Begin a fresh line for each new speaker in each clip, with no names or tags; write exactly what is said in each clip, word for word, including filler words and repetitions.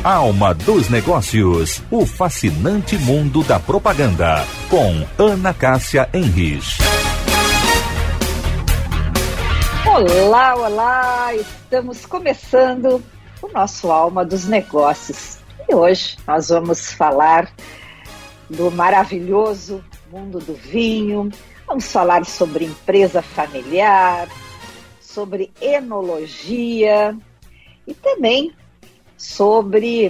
Alma dos Negócios, o fascinante mundo da propaganda, com Ana Cássia Henrich.
Olá, olá! Estamos começando o nosso Alma dos Negócios. E hoje nós vamos falar do maravilhoso mundo do vinho, vamos falar sobre empresa familiar, sobre enologia e também sobre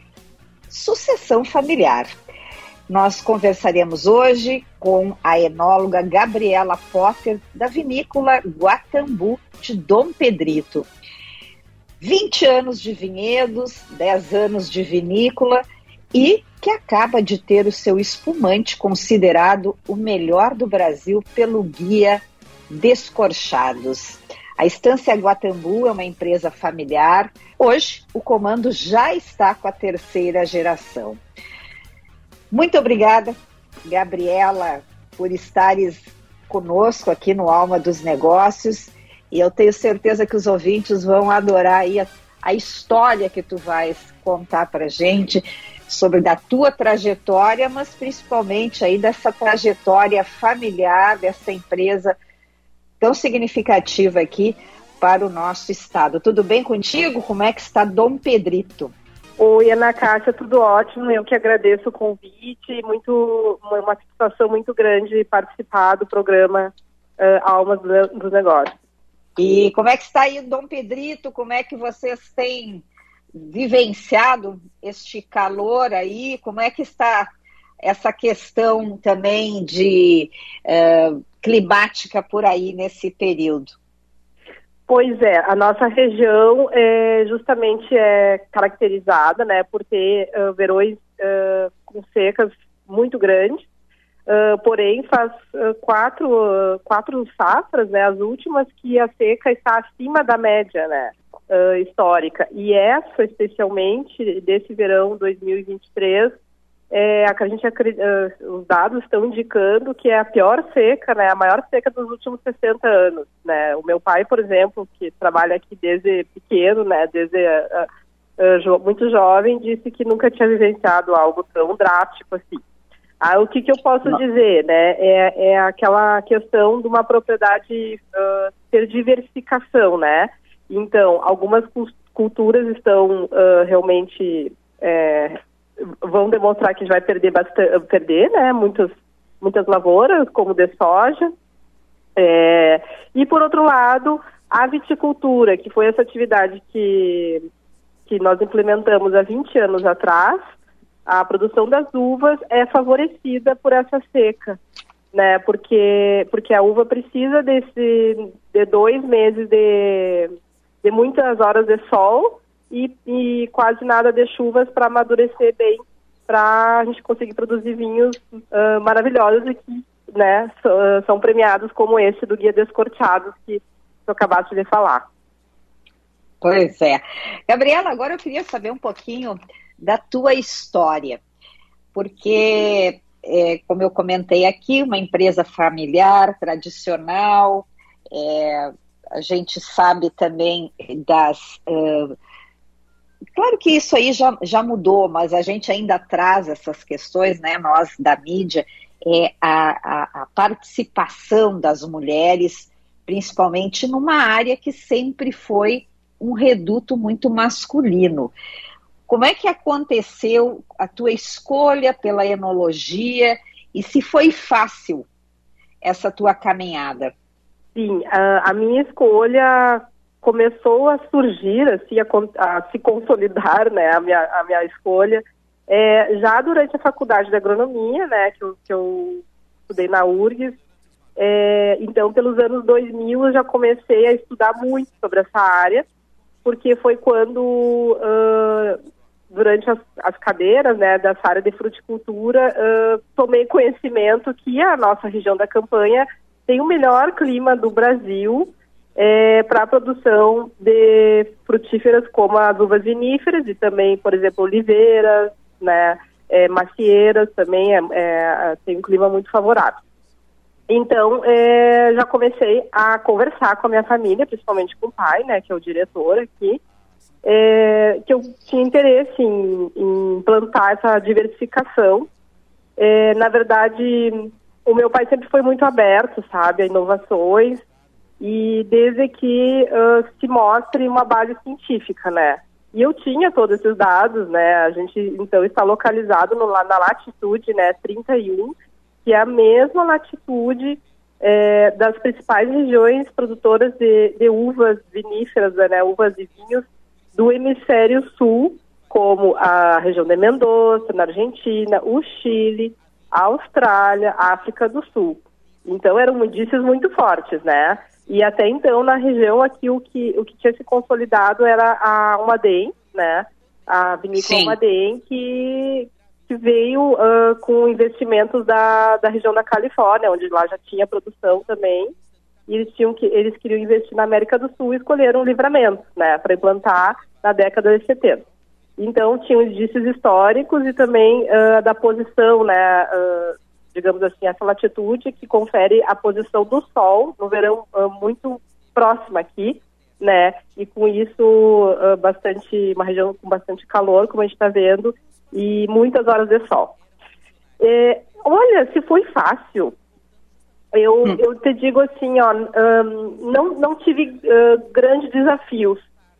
sucessão familiar. Nós conversaremos hoje com a enóloga Gabriela Potter, da vinícola Guatambu de Dom Pedrito. vinte anos de vinhedos, dez anos de vinícola e que acaba de ter o seu espumante considerado o melhor do Brasil pelo guia Descorchados. A Estância Guatambu é uma empresa familiar. Hoje, o comando já está com a terceira geração. Muito obrigada, Gabriela, por estares conosco aqui no Alma dos Negócios. E eu tenho certeza que os ouvintes vão adorar aí a, a história que tu vais contar para a gente sobre da tua trajetória, mas principalmente aí dessa trajetória familiar, dessa empresa tão significativa aqui para o nosso estado. Tudo bem contigo? Como é que está Dom Pedrito?
Oi, Ana Cássia, tudo ótimo. Eu que agradeço o convite. Muito, uma, uma satisfação muito grande participar do programa uh, Almas dos Negócios.
E como é que está aí Dom Pedrito? Como é que vocês têm vivenciado este calor aí? Como é que está essa questão também de uh, climática por aí nesse período?
Pois é, a nossa região é, justamente é caracterizada, né, por ter uh, verões uh, com secas muito grandes, uh, porém faz uh, quatro, uh, quatro safras, né, as últimas, que a seca está acima da média, né, uh, histórica. E essa, especialmente, desse verão dois mil e vinte e três, É, a gente, uh, os dados estão indicando que é a pior seca, né, a maior seca dos últimos sessenta anos, né. O meu pai, por exemplo, que trabalha aqui desde pequeno, né, desde uh, uh, jo- muito jovem, disse que nunca tinha vivenciado algo tão drástico assim. Ah, o que, que eu posso Não. dizer, né, é, é aquela questão de uma propriedade uh, ter diversificação, né. Então, algumas culturas estão uh, realmente é, vão demonstrar que a gente vai perder bastante, perder, né, muitas, muitas lavouras, como de soja. É, e, por outro lado, a viticultura, que foi essa atividade que, que nós implementamos há vinte anos atrás, a produção das uvas é favorecida por essa seca, né, porque, porque a uva precisa desse, de dois meses de, de muitas horas de sol, E, e quase nada de chuvas para amadurecer bem, para a gente conseguir produzir vinhos uh, maravilhosos e que, né, so, uh, são premiados como esse do Guia Descorchados que eu acabaste de falar.
Pois é. Gabriela, agora eu queria saber um pouquinho da tua história, porque, é, como eu comentei aqui, uma empresa familiar, tradicional, é, a gente sabe também das... Uh, Claro que isso aí já, já mudou, mas a gente ainda traz essas questões, né, nós da mídia, é a, a, a participação das mulheres, principalmente numa área que sempre foi um reduto muito masculino. Como é que aconteceu a tua escolha pela enologia e se foi fácil essa tua caminhada?
Sim, a, a minha escolha começou a surgir, assim, a, a se consolidar, né, a minha, a minha escolha, é, já durante a faculdade de agronomia, né, que eu, que eu estudei na U R G S. É, então, pelos anos dois mil, eu já comecei a estudar muito sobre essa área, porque foi quando, uh, durante as, as cadeiras, né, dessa área de fruticultura, uh, tomei conhecimento que a nossa região da Campanha tem o melhor clima do Brasil, É, para a produção de frutíferas como as uvas viníferas e também, por exemplo, oliveiras, né, é, macieiras também é, é, tem um clima muito favorável. Então, é, já comecei a conversar com a minha família, principalmente com o pai, né, que é o diretor aqui, é, que eu tinha interesse em, em plantar essa diversificação. É, na verdade, o meu pai sempre foi muito aberto, sabe, a inovações, e desde que uh, se mostre uma base científica, né? E eu tinha todos esses dados, né? A gente, então, está localizado no, na latitude, né, trinta e um, que é a mesma latitude é, das principais regiões produtoras de, de uvas viníferas, né, uvas e vinhos do hemisfério sul, como a região de Mendoza, na Argentina, o Chile, a Austrália, a África do Sul. Então, eram indícios muito fortes, né? E até então, na região aqui, o que, o que tinha se consolidado era a Almaden, né? A vinícola Almaden, que, que veio uh, com investimentos da, da região da Califórnia, onde lá já tinha produção também. E eles, tinham que, eles queriam investir na América do Sul e escolheram o Livramento, né? Para implantar na década de setenta. Então, tinham indícios históricos e também uh, da posição, né? Uh, digamos assim, essa latitude que confere a posição do Sol no verão uh, muito próxima aqui, né? E com isso, uh, bastante, uma região com bastante calor, como a gente está vendo, e muitas horas de sol. É, olha, se foi fácil, eu, hum. eu te digo assim, ó, um, não, não tive uh, grandes desafios,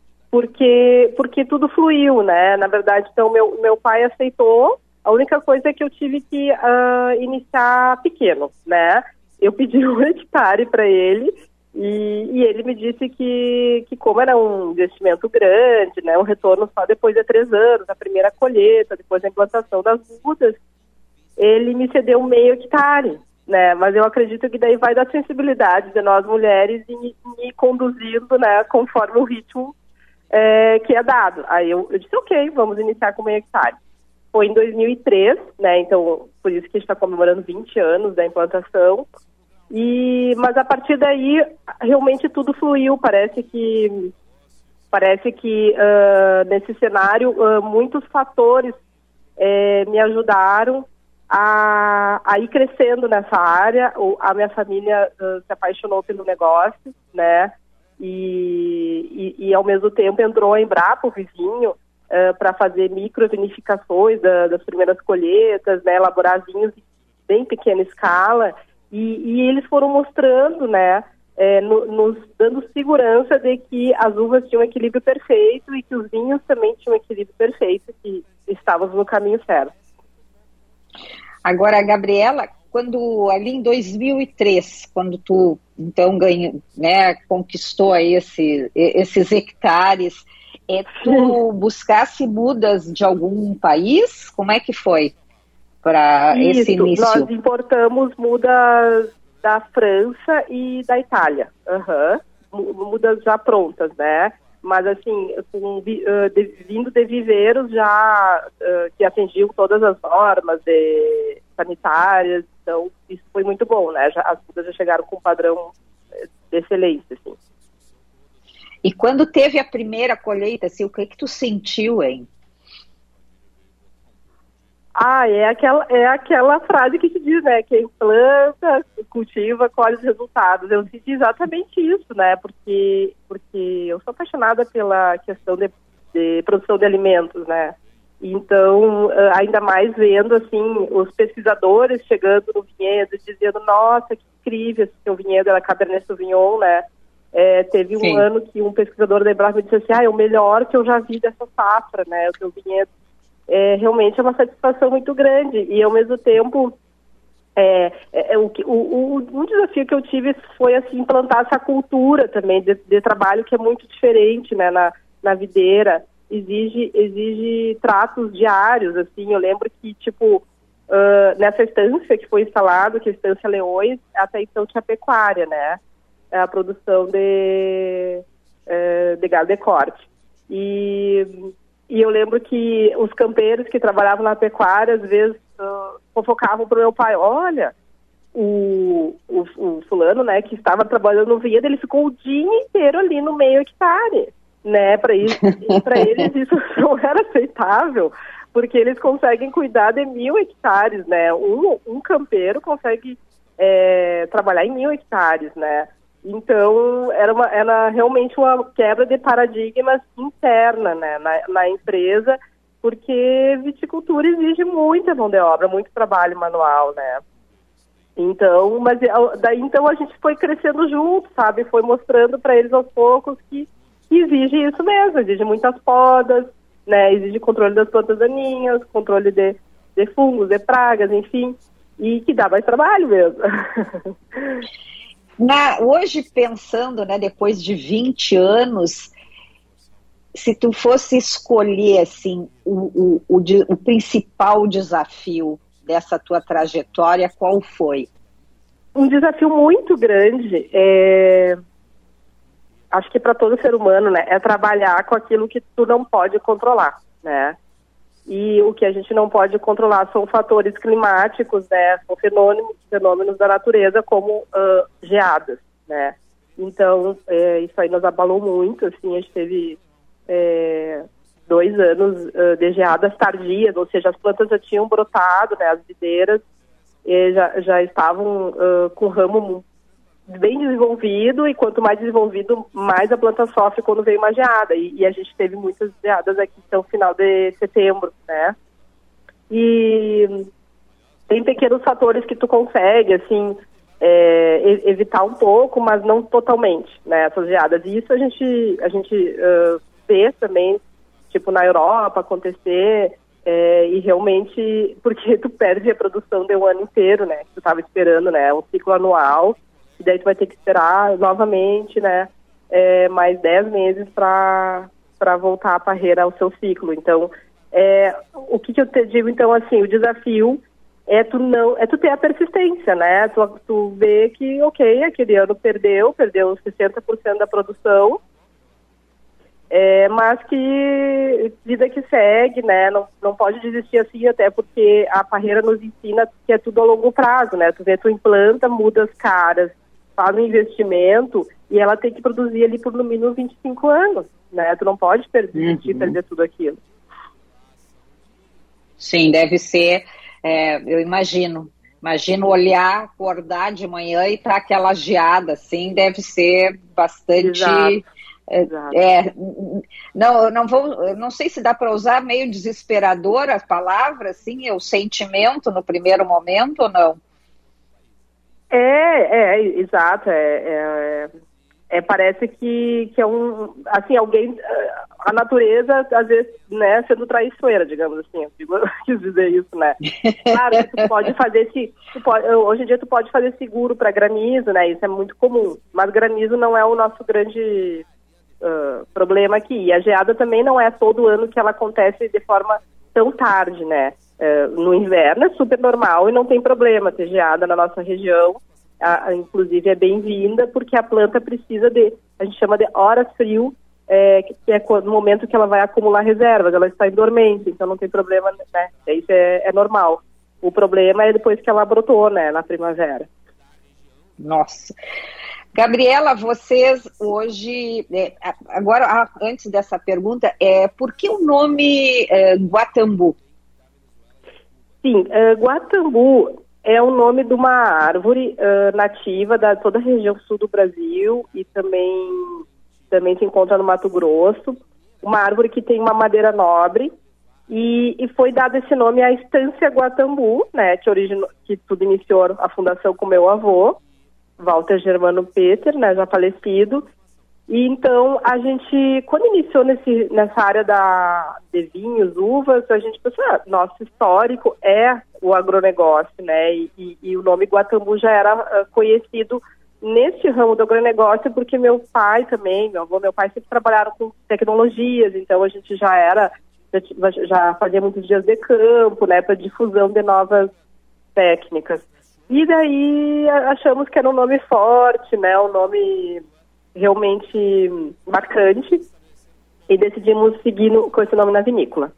porque, porque tudo fluiu, né? Na verdade, então, meu, meu pai aceitou. A única coisa é que eu tive que uh, iniciar pequeno, né? Eu pedi um hectare para ele e, e ele me disse que, que como era um investimento grande, né, um retorno só depois de três anos, a primeira colheita, depois da implantação das mudas, ele me cedeu meio hectare, né? Mas eu acredito que daí vai da sensibilidade de nós mulheres e me conduzindo, né, conforme o ritmo é, que é dado. Aí eu, eu disse, ok, vamos iniciar com meio hectare. Foi em dois mil e três, né, então por isso que a gente está comemorando vinte anos da implantação, e, mas a partir daí realmente tudo fluiu, parece que, parece que uh, nesse cenário uh, muitos fatores eh, me ajudaram a, a ir crescendo nessa área. O, a minha família uh, se apaixonou pelo negócio, né, e, e, e ao mesmo tempo entrou a Embrapa, o vizinho, Uh, para fazer microvinificações da, das primeiras colheitas, né, elaborar vinhos em bem pequena escala, e, e eles foram mostrando, né, é, no, nos dando segurança de que as uvas tinham um equilíbrio perfeito e que os vinhos também tinham um equilíbrio perfeito, que estávamos no caminho certo.
Agora, Gabriela, quando ali em dois mil e três, quando tu então ganhou, né, conquistou aí esse, esses hectares, É, tu buscasse mudas de algum país? Como é que foi para esse início?
Nós importamos mudas da França e da Itália. Uhum. Mudas já prontas, né? Mas assim, com, uh, de, vindo de viveiros já uh, que atingiam todas as normas de, sanitárias. Então, isso foi muito bom, né? Já, as mudas já chegaram com um padrão de excelência, assim.
E quando teve a primeira colheita, assim, o que que tu sentiu, hein?
Ah, é aquela, é aquela frase que te diz, né? Quem planta, cultiva, colhe os resultados. Eu senti exatamente isso, né? Porque, porque eu sou apaixonada pela questão de, de produção de alimentos, né? Então, ainda mais vendo, assim, os pesquisadores chegando no vinhedo e dizendo, nossa, que incrível esse seu vinhedo, era Cabernet Sauvignon, né? É, teve um Sim. ano que um pesquisador da Embrapa me disse assim, ah, é o melhor que eu já vi dessa safra, né, o teu vinhedo. É, realmente é uma satisfação muito grande e, ao mesmo tempo, é, é, o, o, o, um desafio que eu tive foi, assim, implantar essa cultura também de, de trabalho que é muito diferente, né, na, na videira. Exige, exige tratos diários, assim, eu lembro que, tipo, uh, nessa estância que foi instalado, que é a Estância Leões, até então tinha pecuária, né, a produção de, de gado de corte. E, e eu lembro que os campeiros que trabalhavam na pecuária, às vezes, uh, fofocavam para o meu pai, olha, o, o, o fulano, né, que estava trabalhando no vinhedo, ele ficou o dia inteiro ali no meio hectare, né, para eles, eles isso não era aceitável, porque eles conseguem cuidar de mil hectares, né, um, um campeiro consegue é, trabalhar em mil hectares, né. Então, era, uma, era realmente uma quebra de paradigmas interna, né, na, na empresa, porque viticultura exige muita mão de obra, muito trabalho manual, né. Então, mas daí então a gente foi crescendo junto, sabe, foi mostrando para eles aos poucos que, que exige isso mesmo, exige muitas podas, né, exige controle das plantas daninhas, controle de, de fungos, de pragas, enfim, e que dá mais trabalho mesmo.
Na, hoje, pensando, né, depois de vinte anos, se tu fosse escolher assim, o, o, o, o principal desafio dessa tua trajetória, qual foi?
Um desafio muito grande, é... acho que para todo ser humano, né, é trabalhar com aquilo que tu não pode controlar, né? E o que a gente não pode controlar são fatores climáticos, né? São fenômenos, fenômenos da natureza como uh, geadas, né? Então, é, isso aí nos abalou muito, assim, a gente teve é, dois anos uh, de geadas tardias, ou seja, as plantas já tinham brotado, né? As videiras e já, já estavam uh, com o ramo bem desenvolvido, e quanto mais desenvolvido, mais a planta sofre quando vem uma geada, e, e a gente teve muitas geadas aqui no final de setembro, né, e tem pequenos fatores que tu consegue, assim, é, evitar um pouco, mas não totalmente, né, essas geadas, e isso a gente, a gente uh, vê também, tipo, na Europa acontecer, é, e realmente, porque tu perde a produção de um ano inteiro, né, que tu estava esperando, né, um ciclo anual, e daí tu vai ter que esperar novamente, né, é, mais dez meses para para voltar a parreira ao seu ciclo. Então, é, o que, que eu te digo, então, assim, o desafio é tu não, é tu ter a persistência, né, tu, tu vê que, ok, aquele ano perdeu, perdeu sessenta por cento da produção, é, mas que vida que segue, né, não, não pode desistir assim, até porque a parreira nos ensina que é tudo a longo prazo, né, tu vê, tu implanta, muda as caras, faz um investimento e ela tem que produzir ali por no mínimo vinte e cinco anos, né? Tu não pode perder, uhum. perder tudo aquilo.
Sim, deve ser, é, eu imagino, imagino olhar, acordar de manhã e tá aquela geada, assim, deve ser bastante...
Exato.
É,
Exato.
É, não, não vou, não sei se dá para usar meio desesperador a palavra, assim, é o sentimento no primeiro momento ou não?
É, é, exato, é, é, é, parece que, que é um, assim, alguém, a natureza, às vezes, né, sendo traiçoeira, digamos assim, eu quis dizer isso, né, claro que tu pode fazer, se, tu pode, hoje em dia tu pode fazer seguro para granizo, né, isso é muito comum, mas granizo não é o nosso grande uh, problema aqui, e a geada também não é todo ano que ela acontece de forma tão tarde, né. Uh, no inverno é super normal e não tem problema ter geada na nossa região, a, a, inclusive é bem-vinda porque a planta precisa de, a gente chama de horas frio, é, que é no momento que ela vai acumular reservas, ela está em dormência, então não tem problema, né, isso é, é normal. O problema é depois que ela brotou, né, na primavera.
Nossa. Gabriela, vocês hoje, é, agora antes dessa pergunta, é, por que o nome é, Guatambu?
Sim, uh, Guatambu é o nome de uma árvore uh, nativa da toda a região sul do Brasil e também, também se encontra no Mato Grosso. Uma árvore que tem uma madeira nobre e, e foi dado esse nome à Estância Guatambu, né, que, originou, que tudo iniciou a fundação com meu avô, Walter Germano Peter, né, já falecido. E então, a gente, quando iniciou nesse, nessa área da, de vinhos, uvas, a gente pensou, ah, nosso histórico é o agronegócio, né, e, e, e o nome Guatambu já era uh, conhecido nesse ramo do agronegócio, porque meu pai também, meu avô, meu pai sempre trabalharam com tecnologias, então a gente já era, já, já fazia muitos dias de campo, né, para difusão de novas técnicas. E daí achamos que era um nome forte, né, um nome realmente marcante, e decidimos seguir no, com esse nome na vinícola.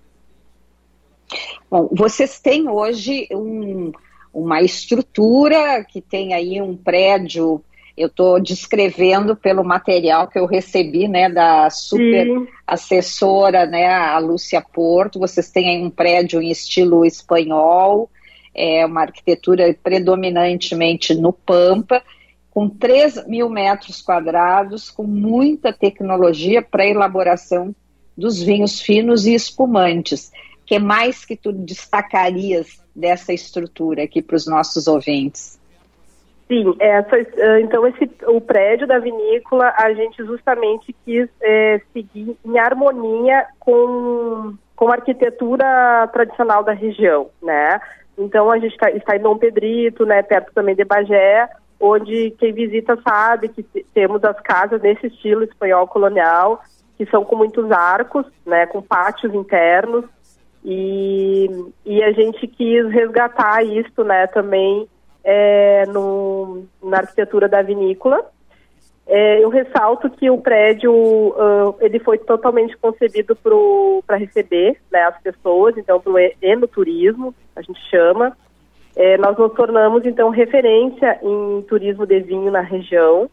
Bom, vocês têm hoje um, uma estrutura que tem aí um prédio, eu estou descrevendo pelo material que eu recebi, né, da super Sim. assessora, né, a Lúcia Porto. Vocês têm aí um prédio em estilo espanhol, é uma arquitetura predominantemente no Pampa. com três mil metros quadrados, com muita tecnologia para a elaboração dos vinhos finos e espumantes. O que mais que tu destacarias dessa estrutura aqui para os nossos ouvintes?
Sim, essa, então esse, o prédio da vinícola, a gente justamente quis é, seguir em harmonia com, com a arquitetura tradicional da região, né? Então a gente tá, está em Dom Pedrito, né, perto também de Bagé, onde quem visita sabe que temos as casas nesse estilo espanhol colonial, que são com muitos arcos, né, com pátios internos, e, e a gente quis resgatar isso, né, também é, no, na arquitetura da vinícola. É, eu ressalto que o prédio uh, ele foi totalmente concebido para receber, né, as pessoas, então para o enoturismo, a gente chama. É, nós nos tornamos, então, referência em turismo de vinho na região,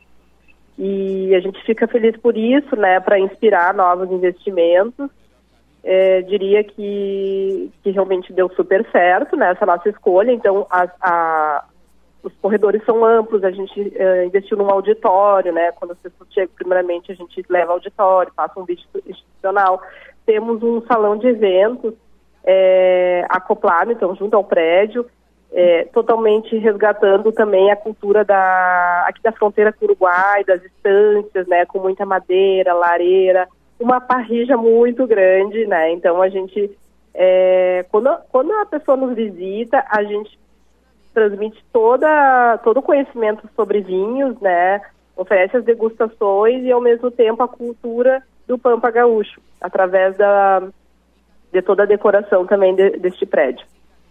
e a gente fica feliz por isso, né, para inspirar novos investimentos. É, diria que, que realmente deu super certo, né, essa nossa escolha. Então, a, a, os corredores são amplos, a gente uh, investiu num auditório, né, quando as pessoas chegam, primeiramente a gente leva auditório, passa um vídeo institucional. Temos um salão de eventos é, acoplado, então, junto ao prédio, É, totalmente resgatando também a cultura da, aqui da fronteira com o Uruguai, das estâncias, né, com muita madeira, lareira, uma parrilla muito grande, né, então a gente, é, quando, quando a pessoa nos visita, a gente transmite toda, todo o conhecimento sobre vinhos, né, oferece as degustações e ao mesmo tempo a cultura do Pampa Gaúcho, através da, de toda a decoração também de, deste prédio.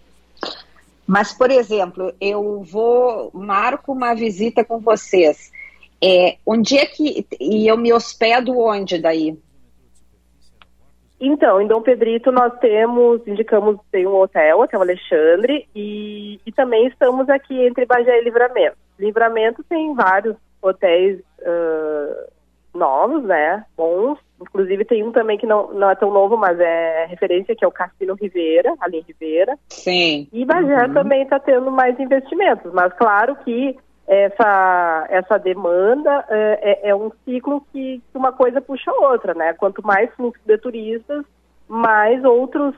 Mas, por exemplo, eu vou, marco uma visita com vocês. É, onde é que, e eu me hospedo onde daí?
Então, em Dom Pedrito nós temos, indicamos, tem um hotel, Hotel Alexandre, e, e também estamos aqui entre Bagé e Livramento. Livramento tem vários hotéis uh, novos, né, bons. Inclusive tem um também que não, não é tão novo, mas é referência, que é o Cassino Ribeira, ali em Ribeira.
Sim.
E Bagé
uhum.
também está tendo mais investimentos, mas claro que essa, essa demanda é, é um ciclo que uma coisa puxa a outra, né? Quanto mais fluxo de turistas, mais outros,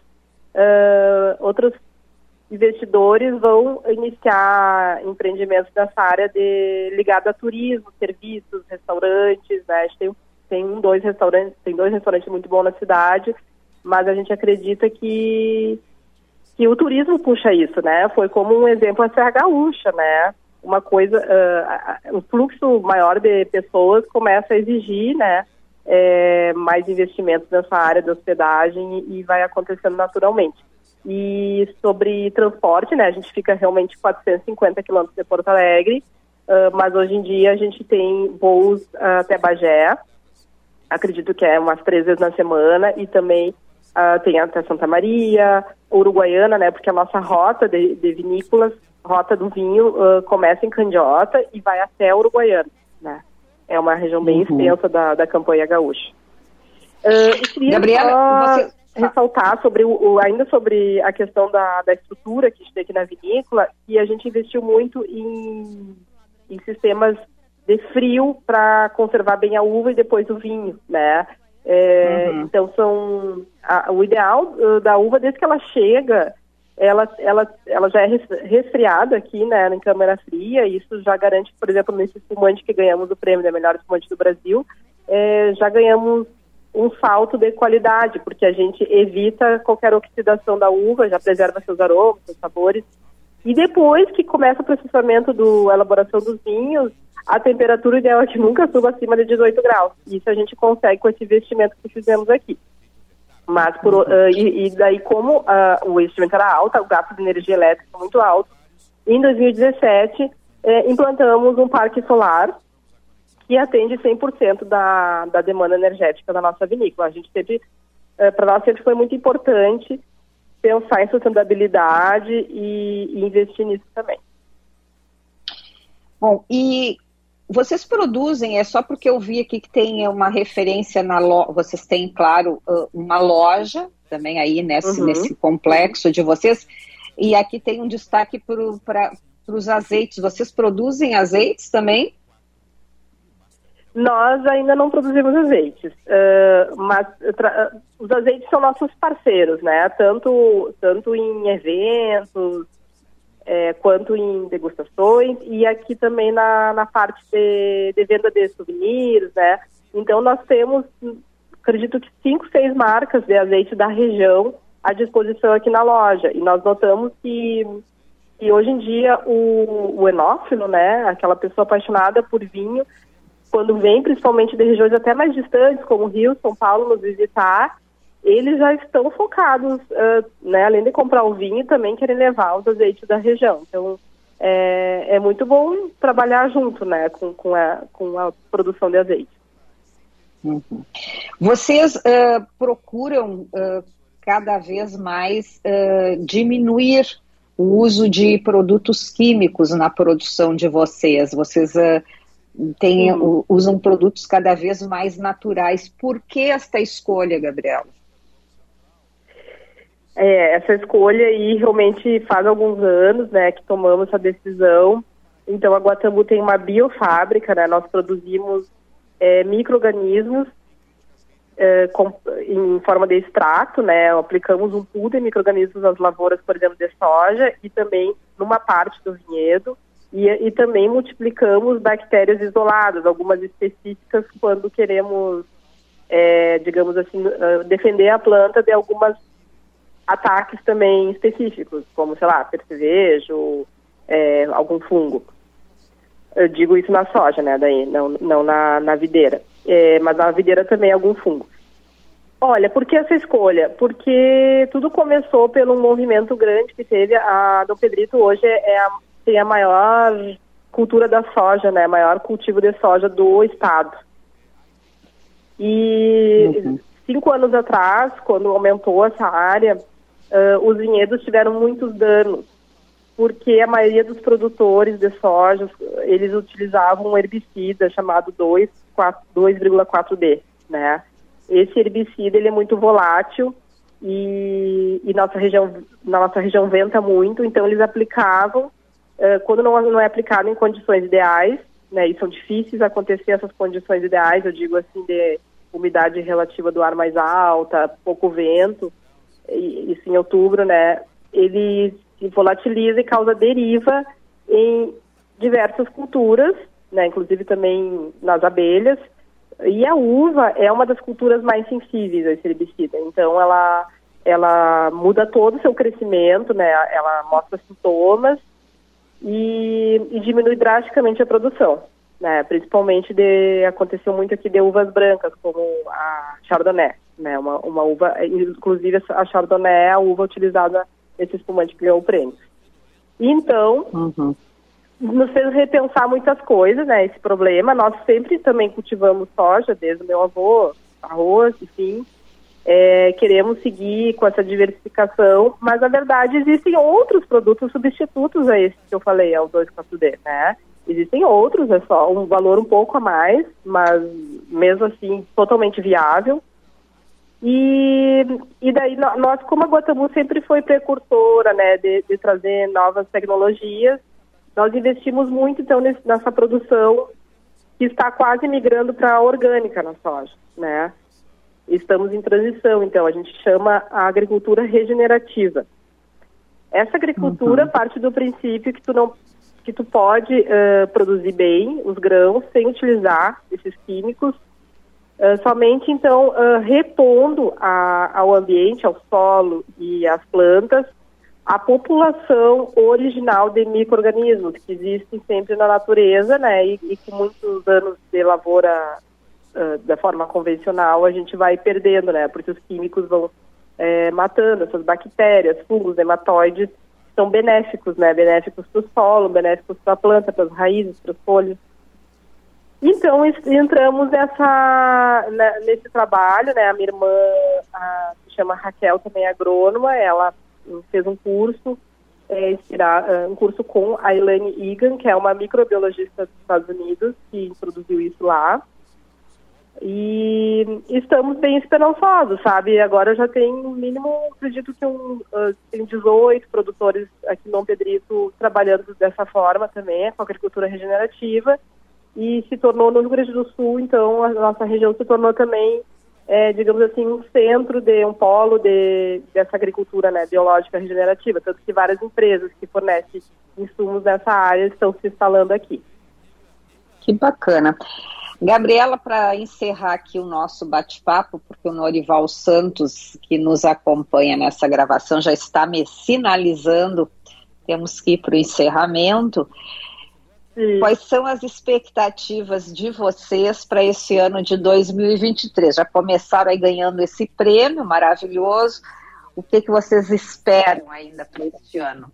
uh, outros investidores vão iniciar empreendimentos nessa área de, ligado a turismo, serviços, restaurantes, né? A gente tem Tem um, dois restaurantes, tem dois restaurantes muito bons na cidade, mas a gente acredita que, que o turismo puxa isso, né? Foi como um exemplo a Serra Gaúcha, né? Uma coisa, uh, o fluxo maior de pessoas começa a exigir, né? É, mais investimentos nessa área de hospedagem e vai acontecendo naturalmente. E sobre transporte, né? A gente fica realmente quatrocentos e cinquenta quilômetros de Porto Alegre, uh, mas hoje em dia a gente tem voos uh, até Bagé. Acredito que é umas três vezes na semana, e também uh, tem até Santa Maria, Uruguaiana, né, porque a nossa rota de, de vinícolas, rota do vinho, uh, começa em Candiota e vai até Uruguaiana, né. É uma região bem uhum. extensa da, da campanha gaúcha. Uh, eu queria
Gabriela,
só
você...
ressaltar sobre o, o, ainda sobre a questão da, da estrutura que a gente tem aqui na vinícola, que a gente investiu muito em, em sistemas de frio para conservar bem a uva e depois o vinho, né? É, uhum. Então são a, o ideal uh, da uva, desde que ela chega, ela, ela, ela já é resfriada aqui, né, em câmara fria, e isso já garante, por exemplo, nesse espumante que ganhamos o prêmio da melhor espumante do Brasil, é, já ganhamos um salto de qualidade, porque a gente evita qualquer oxidação da uva, já preserva seus aromas, seus sabores, e depois que começa o processamento da elaboração dos vinhos, a temperatura ideal é que nunca suba acima de dezoito graus. Isso a gente consegue com esse investimento que fizemos aqui. Mas, por, uh, e, e daí, como uh, o investimento era alto, o gasto de energia elétrica muito alto, em dois mil e dezessete, eh, implantamos um parque solar que atende cem por cento da, da demanda energética da nossa vinícola. A gente sempre, uh, para nós sempre foi muito importante pensar em sustentabilidade e, e investir nisso também.
Bom, e vocês produzem, é só porque eu vi aqui que tem uma referência na loja, vocês têm, claro, uma loja também aí nesse, uhum. nesse complexo de vocês, e aqui tem um destaque para os azeites. Vocês produzem azeites também?
Nós ainda não produzimos azeites, uh, mas uh, os azeites são nossos parceiros, né? Tanto, tanto em eventos, é, quanto em degustações, e aqui também na, na parte de, de venda de souvenirs, né? Então nós temos, acredito que cinco, seis marcas de azeite da região à disposição aqui na loja. E nós notamos que, que hoje em dia o, o enófilo, né? Aquela pessoa apaixonada por vinho, quando vem principalmente de regiões até mais distantes, como Rio, São Paulo, nos visitar, eles já estão focados, uh, né, além de comprar o vinho, também querem levar os azeites da região. Então, é, é muito bom trabalhar junto, né, com, com, a, com a produção de azeite.
Uhum. Vocês uh, procuram uh, cada vez mais uh, diminuir o uso de produtos químicos na produção de vocês. Vocês... Uh, Tem,
Sim.
usam produtos cada vez mais naturais. Por que esta escolha, Gabriela?
É, essa escolha aí realmente faz alguns anos, né, que tomamos essa decisão. Então a Guatambu tem uma biofábrica, né, nós produzimos é, micro-organismos é, com, em forma de extrato, né, aplicamos um pool de micro-organismos nas lavouras, por exemplo, de soja e também numa parte do vinhedo. E, e também multiplicamos bactérias isoladas, algumas específicas, quando queremos, é, digamos assim, uh, defender a planta de alguns ataques também específicos, como, sei lá, percevejo, é, algum fungo. Eu digo isso na soja, né, daí, não, não na, na videira. É, mas na videira também algum fungo. Olha, por que essa escolha? Porque tudo começou pelo movimento grande que teve. A Dom Pedrito hoje é a tem a maior cultura da soja, né? Maior cultivo de soja do estado. E uhum. cinco anos atrás, quando aumentou essa área, uh, os vinhedos tiveram muitos danos, porque a maioria dos produtores de soja, eles utilizavam um herbicida chamado dois vírgula quatro D, né? Esse herbicida, ele é muito volátil e, e nossa região, na nossa região venta muito, então eles aplicavam Uh, quando não, não é aplicado em condições ideais, né, e são difíceis acontecer essas condições ideais, eu digo assim, de umidade relativa do ar mais alta, pouco vento, e, isso em outubro, né, ele se volatiliza e causa deriva em diversas culturas, né, inclusive também nas abelhas, e a uva é uma das culturas mais sensíveis a esse herbicida, então ela, ela muda todo o seu crescimento, né, ela mostra sintomas, E, e diminui drasticamente a produção, né? Principalmente de, aconteceu muito aqui de uvas brancas, como a Chardonnay, né? Uma, uma uva, inclusive a Chardonnay é a uva utilizada nesse espumante que ganhou o prêmio. Então, uhum. nos fez repensar muitas coisas, né? Esse problema. Nós sempre também cultivamos soja, desde o meu avô, arroz, enfim. É, queremos seguir com essa diversificação, mas na verdade existem outros produtos substitutos a esse que eu falei, ao dois quatro D, né? Existem outros, é só um valor um pouco a mais, mas mesmo assim totalmente viável. E, e daí nós, como a Guatambu sempre foi precursora, né, de, de trazer novas tecnologias, nós investimos muito então nesse, nessa produção que está quase migrando para a orgânica na soja, né? Estamos em transição, então, a gente chama a agricultura regenerativa. Essa agricultura uhum. parte do princípio que tu, não, que tu pode uh, produzir bem os grãos sem utilizar esses químicos, uh, somente, então, uh, repondo a, ao ambiente, ao solo e às plantas, a população original de micro-organismos que existem sempre na natureza, né, e, e com muitos anos de lavoura Uh, da forma convencional, a gente vai perdendo, né? Porque os químicos vão é, matando essas bactérias, fungos, nematóides, são benéficos, né? Benéficos para o solo, benéficos para a planta, para as raízes, para os folhos. Então, entramos nessa, né, nesse trabalho, né? A minha irmã, a, se chama Raquel, também é agrônoma, ela fez um curso, é, inspirar, um curso com a Elaine Egan, que é uma microbiologista dos Estados Unidos, que introduziu isso lá. E estamos bem esperançosos, sabe? Agora já tem no mínimo, acredito que um, uh, tem dezoito produtores aqui em Dom Pedrito trabalhando dessa forma também, com agricultura regenerativa. e se tornou no Rio Grande do Sul, então a nossa região se tornou também, é, digamos assim, um centro, de um polo de, dessa agricultura, né, biológica regenerativa, tanto que várias empresas que fornecem insumos nessa área estão se instalando aqui.
Que bacana. Gabriela, para encerrar aqui o nosso bate-papo, porque o Norival Santos, que nos acompanha nessa gravação, já está me sinalizando, temos que ir para o encerramento. Sim. Quais são as expectativas de vocês para esse ano de dois mil e vinte e três? Já começaram aí ganhando esse prêmio maravilhoso. O que, que vocês esperam ainda para esse ano?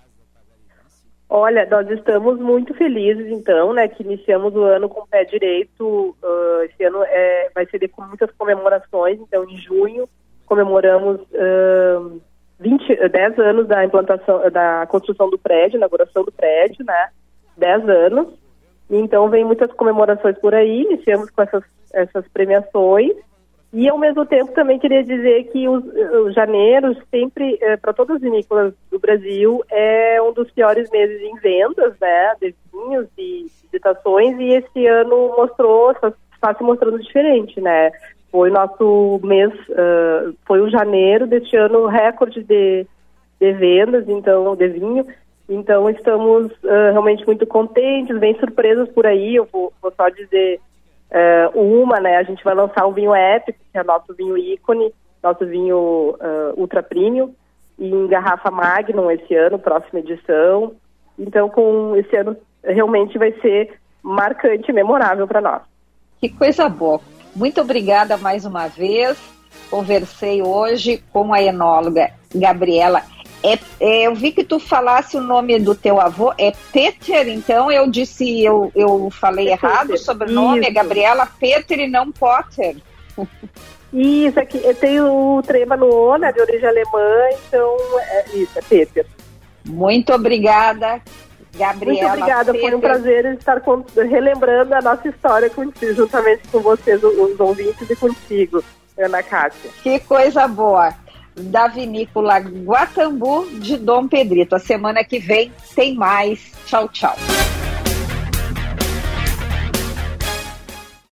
Olha, nós estamos muito felizes, então, né, que iniciamos o ano com o pé direito. Uh, esse ano é, vai ser com muitas comemorações. Então, em junho, comemoramos uh, vinte, dez anos da implantação, da construção do prédio, inauguração do prédio, né, dez anos. Então, vem muitas comemorações por aí. Iniciamos com essas, essas premiações. E, ao mesmo tempo, também queria dizer que os, os janeiros, sempre, eh, para todas as vinícolas do Brasil, é um dos piores meses em vendas, né, de vinhos e visitações, e esse ano mostrou, está se mostrando diferente, né. Foi o nosso mês, uh, foi o janeiro deste ano recorde de, de vendas, então, de vinho. Então, estamos uh, realmente muito contentes, bem surpresas por aí. Eu vou, vou só dizer... Uh, uma, né, a gente vai lançar um vinho épico, que é nosso vinho ícone, nosso vinho uh, ultra premium, em garrafa Magnum esse ano, próxima edição. Então, com esse ano, realmente vai ser marcante e memorável para nós.
Que coisa boa. Muito obrigada mais uma vez. Conversei hoje com a enóloga Gabriela. É, é, eu vi que tu falasse o nome do teu avô, é Peter, então eu disse, eu, eu falei é errado Peter. Sobre o nome, é Gabriela Peter e não Potter.
Isso, aqui tem o trema no O, né, de origem alemã, então é isso, é Peter.
Muito obrigada, Gabriela.
Muito obrigada,
Peter.
Foi um prazer estar com, relembrando a nossa história contigo, juntamente com vocês, os ouvintes, e contigo, Ana Cássia.
Que coisa boa. Da vinícola Guatambu de Dom Pedrito. A semana que vem tem mais. Tchau, tchau.